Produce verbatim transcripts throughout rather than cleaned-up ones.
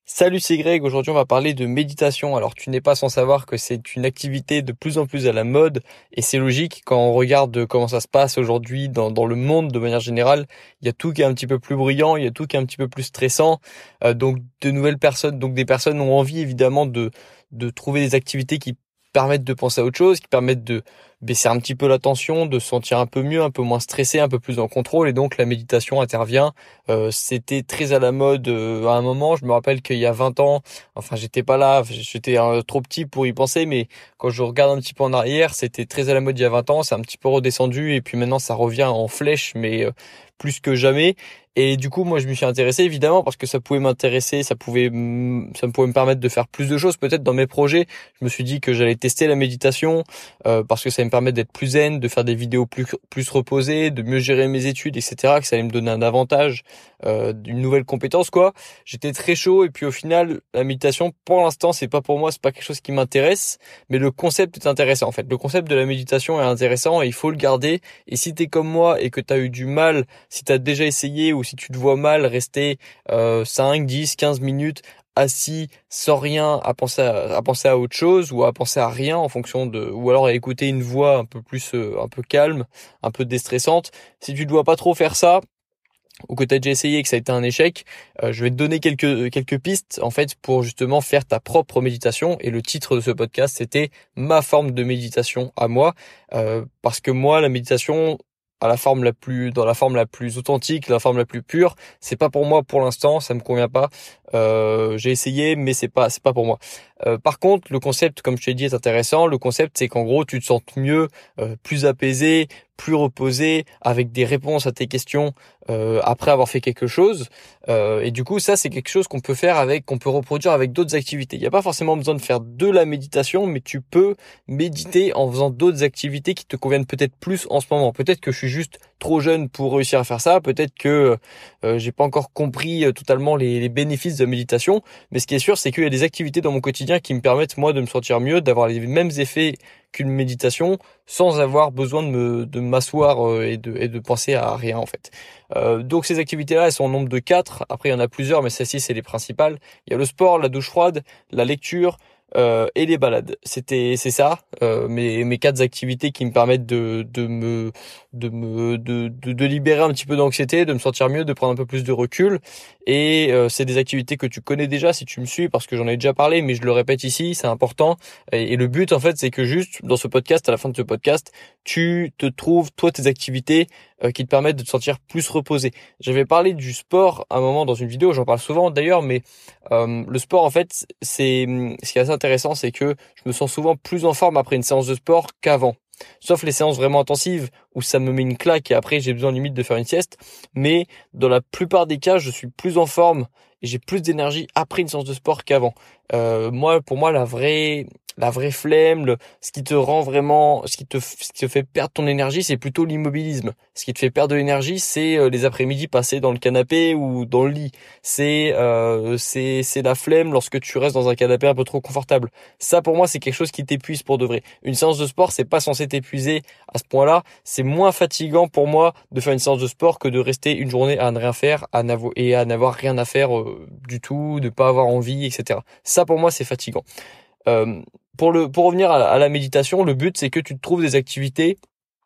Salut, c'est Greg. Aujourd'hui, on va parler de méditation. Alors, tu n'es pas sans savoir que c'est une activité de plus en plus à la mode et c'est logique quand on regarde comment ça se passe aujourd'hui dans, dans le monde de manière générale. Il y a tout qui est un petit peu plus bruyant, il y a tout qui est un petit peu plus stressant. Euh, donc, de nouvelles personnes, donc des personnes ont envie évidemment de, de trouver des activités qui permettent de penser à autre chose, qui permettent de baisser un petit peu la tension, de se sentir un peu mieux, un peu moins stressé, un peu plus en contrôle. Et donc la méditation intervient. Euh, c'était très à la mode euh, à un moment. Je me rappelle qu'il y a vingt ans, enfin j'étais pas là, j'étais euh, trop petit pour y penser, mais quand je regarde un petit peu en arrière, c'était très à la mode il y a vingt ans. C'est un petit peu redescendu et puis maintenant ça revient en flèche, mais euh, plus que jamais. Et du coup, moi, je m'y suis intéressé évidemment parce que ça pouvait m'intéresser, ça pouvait, m- ça me pouvait me permettre de faire plus de choses peut-être dans mes projets. Je me suis dit que j'allais tester la méditation euh, parce que ça allait me permettre d'être plus zen, de faire des vidéos plus plus reposées, de mieux gérer mes études, et cetera. Que ça allait me donner un avantage, euh, d'une nouvelle compétence quoi. J'étais très chaud et puis au final, la méditation, pour l'instant, c'est pas pour moi, c'est pas quelque chose qui m'intéresse, mais le concept est intéressant en fait. Le concept de la méditation est intéressant et il faut le garder. Et si t'es comme moi et que t'as eu du mal, si t'as déjà essayé ou si tu te vois mal rester euh, cinq, dix, quinze minutes assis sans rien à penser à, à penser à autre chose ou à penser à rien en fonction de ou alors à écouter une voix un peu plus euh, un peu calme, un peu déstressante. Si tu ne dois pas trop faire ça ou que tu as déjà essayé et que ça a été un échec, euh, je vais te donner quelques quelques pistes en fait pour justement faire ta propre méditation. Et le titre de ce podcast, c'était ma forme de méditation à moi, euh, parce que moi la méditation à la forme la plus dans la forme la plus authentique, la forme la plus pure, c'est pas pour moi pour l'instant, ça me convient pas. Euh, j'ai essayé mais c'est pas c'est pas pour moi. Euh, par contre, le concept comme je t'ai dit est intéressant. Le concept c'est qu'en gros, tu te sentes mieux, euh, plus apaisé, plus reposé, avec des réponses à tes questions euh, après avoir fait quelque chose. Euh, et du coup, ça c'est quelque chose qu'on peut faire avec, qu'on peut reproduire avec d'autres activités. Il n'y a pas forcément besoin de faire de la méditation, mais tu peux méditer en faisant d'autres activités qui te conviennent peut-être plus en ce moment. Peut-être que je suis juste trop jeune pour réussir à faire ça. Peut-être que euh, j'ai pas encore compris euh, totalement les, les bénéfices de la méditation. Mais ce qui est sûr, c'est qu'il y a des activités dans mon quotidien qui me permettent moi de me sentir mieux, d'avoir les mêmes effets qu'une méditation, sans avoir besoin de me de m'asseoir euh, et de et de penser à rien en fait. Euh, donc ces activités-là, elles sont au nombre de quatre. Après, il y en a plusieurs, mais celles-ci, c'est les principales. Il y a le sport, la douche froide, la lecture euh, et les balades. C'était, c'est ça, euh, mes mes quatre activités qui me permettent de de me de me de de, de libérer un petit peu d'anxiété, de me sentir mieux, de prendre un peu plus de recul. Et euh, c'est des activités que tu connais déjà si tu me suis, parce que j'en ai déjà parlé, mais je le répète ici, c'est important. Et, et le but, en fait, c'est que juste dans ce podcast, à la fin de ce podcast, tu te trouves toi tes activités euh, qui te permettent de te sentir plus reposé. J'avais parlé du sport à un moment dans une vidéo, j'en parle souvent d'ailleurs, mais euh, le sport en fait, c'est ce qui est assez intéressant, c'est que je me sens souvent plus en forme après une séance de sport qu'avant. Sauf les séances vraiment intensives où ça me met une claque et après j'ai besoin limite de faire une sieste. Mais dans la plupart des cas, je suis plus en forme et j'ai plus d'énergie après une séance de sport qu'avant. Euh, moi, pour moi, la vraie, la vraie flemme, le, ce qui te rend vraiment, ce qui te, ce qui te fait perdre ton énergie, c'est plutôt l'immobilisme. Ce qui te fait perdre de l'énergie, c'est euh, les après-midi passés dans le canapé ou dans le lit. C'est, euh, c'est, c'est la flemme lorsque tu restes dans un canapé un peu trop confortable. Ça, pour moi, c'est quelque chose qui t'épuise pour de vrai. Une séance de sport, c'est pas censé t'épuiser à ce point-là. C'est moins fatigant pour moi de faire une séance de sport que de rester une journée à ne rien faire, à n'avo- et à n'avoir rien à faire euh, du tout, de pas avoir envie, et cetera. Ça, pour moi, c'est fatigant. Euh, pour le, pour revenir à, à la méditation, le but, c'est que tu te trouves des activités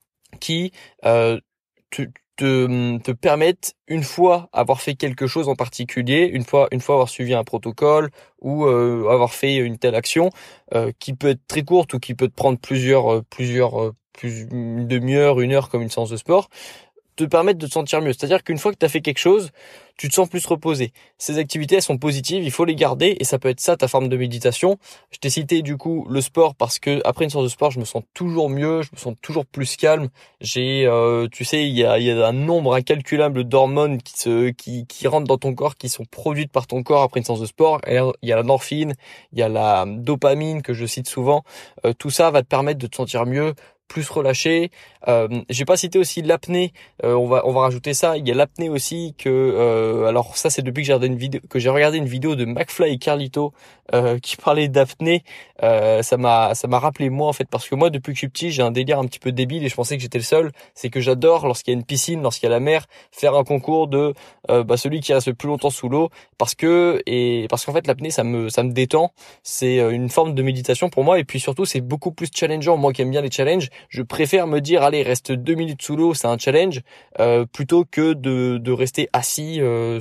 qui euh, te, te, te permettent, une fois avoir fait quelque chose en particulier, une fois, une fois avoir suivi un protocole ou euh, avoir fait une telle action, euh, qui peut être très courte ou qui peut te prendre plusieurs, euh, plusieurs, euh, plus une demi-heure, une heure comme une séance de sport, te permettre de te sentir mieux. C'est-à-dire qu'une fois que tu as fait quelque chose, tu te sens plus reposé. Ces activités, elles sont positives, il faut les garder et ça peut être ça ta forme de méditation. Je t'ai cité du coup le sport parce que après une séance de sport, je me sens toujours mieux, je me sens toujours plus calme. J'ai, euh, tu sais, il y a, il y a un nombre incalculable d'hormones qui se, qui, qui rentrent dans ton corps, qui sont produites par ton corps après une séance de sport. Et il y a la morphine, il y a la dopamine que je cite souvent. Euh, tout ça va te permettre de te sentir mieux plus relâché. Euh, j'ai pas cité aussi l'apnée. Euh, on va on va rajouter ça. Il y a l'apnée aussi que euh, alors ça c'est depuis que j'ai regardé une vidéo que j'ai regardé une vidéo de McFly et Carlito euh, qui parlait d'apnée. Euh, ça m'a ça m'a rappelé moi en fait parce que moi depuis que je suis petit j'ai un délire un petit peu débile et je pensais que j'étais le seul. C'est que j'adore lorsqu'il y a une piscine, lorsqu'il y a la mer, faire un concours de euh, bah, celui qui reste le plus longtemps sous l'eau parce que et parce qu'en fait l'apnée ça me ça me détend. C'est une forme de méditation pour moi et puis surtout c'est beaucoup plus challengeant. Moi qui aime bien les challenges, je préfère me dire allez reste deux minutes sous l'eau, c'est un challenge euh, plutôt que de de rester assis euh,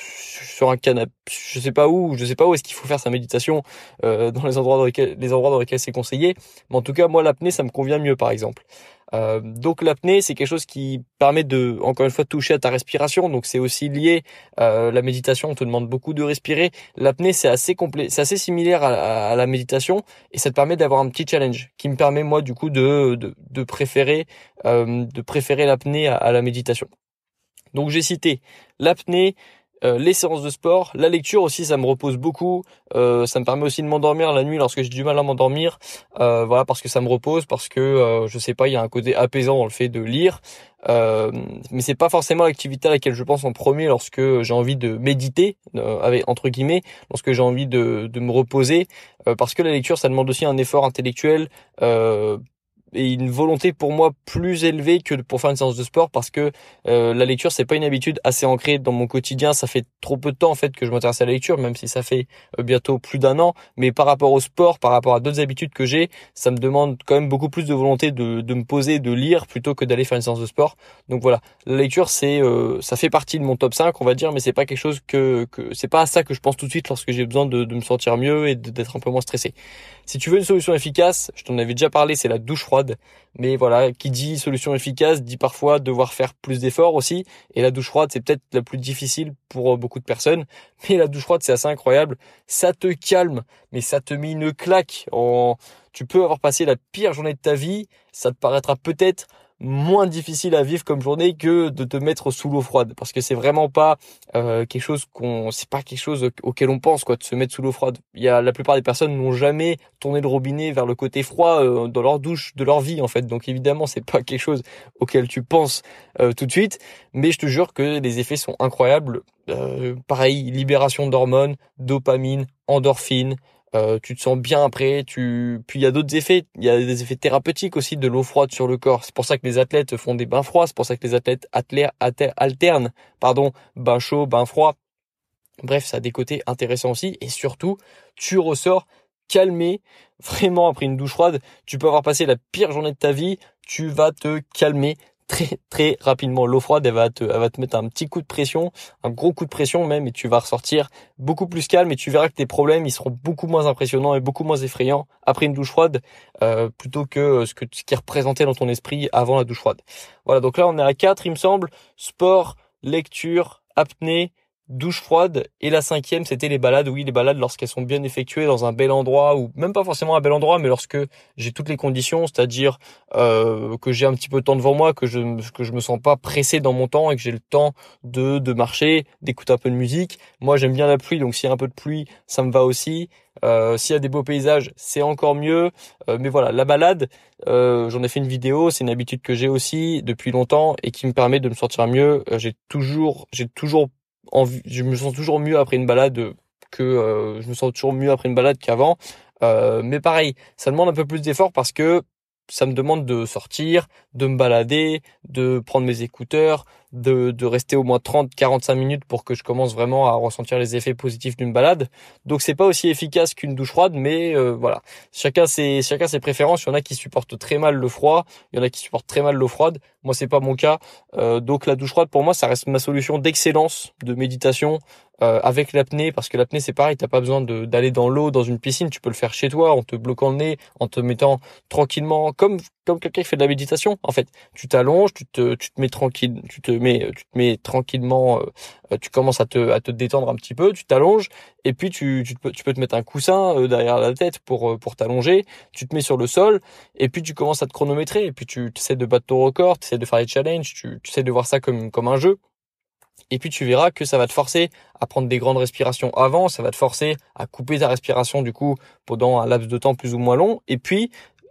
sur un canapé. Je sais pas où, je sais pas où est-ce qu'il faut faire sa méditation euh, dans les endroits dans lesquels les endroits dans lesquels c'est conseillé. Mais en tout cas moi l'apnée ça me convient mieux par exemple. Euh, donc l'apnée c'est quelque chose qui permet de encore une fois toucher à ta respiration, donc c'est aussi lié. Euh, la méditation on te demande beaucoup de respirer. L'apnée c'est assez complet, c'est assez similaire à, à, à la méditation et ça te permet d'avoir un petit challenge qui me permet moi du coup de de, de préférer euh, de préférer l'apnée à, à la méditation. Donc j'ai cité l'apnée, euh, les séances de sport, la lecture aussi, ça me repose beaucoup. Euh, ça me permet aussi de m'endormir la nuit lorsque j'ai du mal à m'endormir. Euh, voilà, parce que ça me repose, parce que euh, je sais pas, il y a un côté apaisant dans le fait de lire. Euh, mais c'est pas forcément l'activité à laquelle je pense en premier lorsque j'ai envie de méditer, euh, avec entre guillemets, lorsque j'ai envie de, de me reposer, euh, parce que la lecture, ça demande aussi un effort intellectuel. Euh, et une volonté pour moi plus élevée que pour faire une séance de sport parce que euh, la lecture c'est pas une habitude assez ancrée dans mon quotidien. Ça fait trop peu de temps en fait que je m'intéresse à la lecture, même si ça fait euh, bientôt plus d'un an, mais par rapport au sport, par rapport à d'autres habitudes que j'ai, ça me demande quand même beaucoup plus de volonté de, de me poser, de lire plutôt que d'aller faire une séance de sport. Donc voilà, la lecture c'est euh, ça fait partie de mon top cinq on va dire, mais c'est pas quelque chose que, que c'est pas à ça que je pense tout de suite lorsque j'ai besoin de, de me sentir mieux et d'être un peu moins stressé. Si tu veux une solution efficace, je t'en avais déjà parlé, c'est la douche froide. Mais voilà, qui dit solution efficace dit parfois devoir faire plus d'efforts aussi. Et la douche froide, c'est peut-être la plus difficile pour beaucoup de personnes. Mais la douche froide, c'est assez incroyable. Ça te calme, mais ça te met une claque. En... Tu peux avoir passé la pire journée de ta vie. Ça te paraîtra peut-être moins difficile à vivre comme journée que de te mettre sous l'eau froide, parce que c'est vraiment pas euh, quelque chose qu'on c'est pas quelque chose auquel on pense quoi, de se mettre sous l'eau froide. Il y a la plupart des personnes n'ont jamais tourné le robinet vers le côté froid euh, dans leur douche de leur vie en fait, donc évidemment c'est pas quelque chose auquel tu penses euh, tout de suite, mais je te jure que les effets sont incroyables. Euh, pareil, libération d'hormones, dopamine, endorphine. Euh, tu te sens bien après, tu puis il y a d'autres effets, il y a des effets thérapeutiques aussi de l'eau froide sur le corps. C'est pour ça que les athlètes font des bains froids, c'est pour ça que les athlètes athlètes alternent, pardon, bain chaud, bain froid. Bref, ça a des côtés intéressants aussi et surtout, tu ressors calmé, vraiment après une douche froide. Tu peux avoir passé la pire journée de ta vie, tu vas te calmer très très rapidement. L'eau froide, elle va te, elle va te mettre un petit coup de pression, un gros coup de pression même, et tu vas ressortir beaucoup plus calme et tu verras que tes problèmes, ils seront beaucoup moins impressionnants et beaucoup moins effrayants après une douche froide, euh, plutôt que ce que ce qui est représenté dans ton esprit avant la douche froide. Voilà, donc là on est à quatre, il me semble. Sport, lecture, apnée, douche froide, et la cinquième c'était les balades. Oui, les balades lorsqu'elles sont bien effectuées dans un bel endroit, ou même pas forcément un bel endroit, mais lorsque j'ai toutes les conditions, c'est-à-dire euh, que j'ai un petit peu de temps devant moi, que je que je me sens pas pressé dans mon temps et que j'ai le temps de de marcher, d'écouter un peu de musique. Moi j'aime bien la pluie, donc s'il y a un peu de pluie ça me va aussi. Euh, s'il y a des beaux paysages c'est encore mieux. Euh, mais voilà, la balade, euh, j'en ai fait une vidéo, c'est une habitude que j'ai aussi depuis longtemps et qui me permet de me sentir mieux. Euh, j'ai toujours j'ai toujours envie, je me sens toujours mieux après une balade que euh, je me sens toujours mieux après une balade qu'avant. Euh, mais pareil, ça demande un peu plus d'effort parce que ça me demande de sortir, de me balader, de prendre mes écouteurs, de, de rester au moins trente à quarante-cinq minutes pour que je commence vraiment à ressentir les effets positifs d'une balade. Donc c'est pas aussi efficace qu'une douche froide, mais euh, voilà. Chacun ses, chacun ses préférences. Il y en a qui supportent très mal le froid, il y en a qui supportent très mal l'eau froide. Moi c'est pas mon cas. Euh, donc la douche froide pour moi ça reste ma solution d'excellence de méditation. Euh, avec l'apnée, parce que l'apnée c'est pareil, t'as pas besoin de d'aller dans l'eau, dans une piscine, tu peux le faire chez toi en te bloquant le nez, en te mettant tranquillement, comme comme quelqu'un qui fait de la méditation. En fait, tu t'allonges, tu te tu te mets tranquille, tu te mets tu te mets tranquillement, euh, tu commences à te à te détendre un petit peu, tu t'allonges et puis tu tu peux tu peux te mettre un coussin euh, derrière la tête pour euh, pour t'allonger, tu te mets sur le sol et puis tu commences à te chronométrer et puis tu essaies de battre ton record, tu essaies de faire des challenges, tu tu essaies de voir ça comme comme un jeu. Et puis tu verras que ça va te forcer à prendre des grandes respirations avant, ça va te forcer à couper ta respiration du coup pendant un laps de temps plus ou moins long. Et puis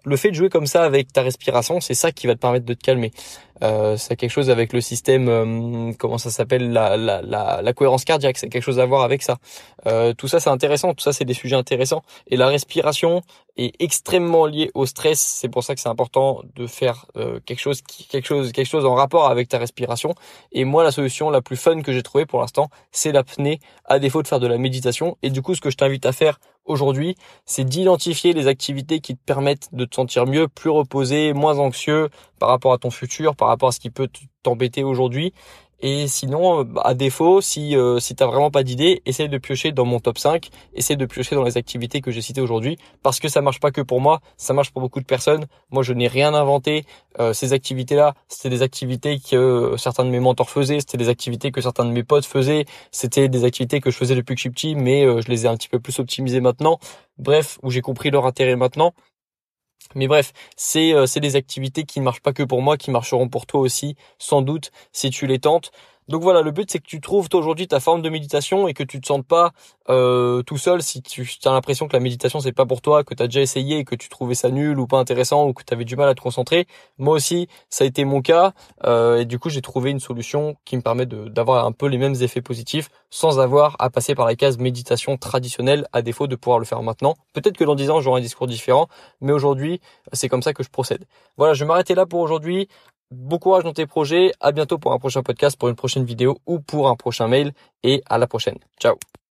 le fait de jouer comme ça avec ta respiration, c'est ça qui va te permettre de te calmer. Euh, c'est quelque chose avec le système, euh, comment ça s'appelle, la, la, la, la cohérence cardiaque, c'est quelque chose à voir avec ça. Euh, tout ça c'est intéressant, tout ça c'est des sujets intéressants. Et la respiration est extrêmement liée au stress, c'est pour ça que c'est important de faire euh, quelque chose, qui, quelque chose, quelque chose en rapport avec ta respiration. Et moi la solution la plus fun que j'ai trouvée pour l'instant, c'est l'apnée, à défaut de faire de la méditation. Et du coup ce que je t'invite à faire aujourd'hui, c'est d'identifier les activités qui te permettent de te sentir mieux, plus reposé, moins anxieux par rapport à ton futur, par rapport à ce qui peut t'embêter aujourd'hui. Et sinon, à défaut, si euh, si t'as vraiment pas d'idée, essaye de piocher dans mon top cinq, essaye de piocher dans les activités que j'ai citées aujourd'hui, parce que ça marche pas que pour moi, ça marche pour beaucoup de personnes. Moi, je n'ai rien inventé. Euh, ces activités-là, c'était des activités que certains de mes mentors faisaient, c'était des activités que certains de mes potes faisaient, c'était des activités que je faisais depuis que je suis petit, mais euh, je les ai un petit peu plus optimisées maintenant. Bref, où j'ai compris leur intérêt maintenant. Mais bref, c'est euh, c'est des activités qui ne marchent pas que pour moi, qui marcheront pour toi aussi, sans doute, si tu les tentes. Donc voilà, le but c'est que tu trouves toi aujourd'hui ta forme de méditation et que tu te sentes pas euh, tout seul si tu as l'impression que la méditation c'est pas pour toi, que tu as déjà essayé et que tu trouvais ça nul ou pas intéressant ou que tu avais du mal à te concentrer. Moi aussi, ça a été mon cas euh, et du coup j'ai trouvé une solution qui me permet de d'avoir un peu les mêmes effets positifs sans avoir à passer par la case méditation traditionnelle à défaut de pouvoir le faire maintenant. Peut-être que dans dix ans j'aurai un discours différent, mais aujourd'hui c'est comme ça que je procède. Voilà, je vais m'arrêter là pour aujourd'hui. Bon courage dans tes projets, à bientôt pour un prochain podcast, pour une prochaine vidéo ou pour un prochain mail et à la prochaine. Ciao.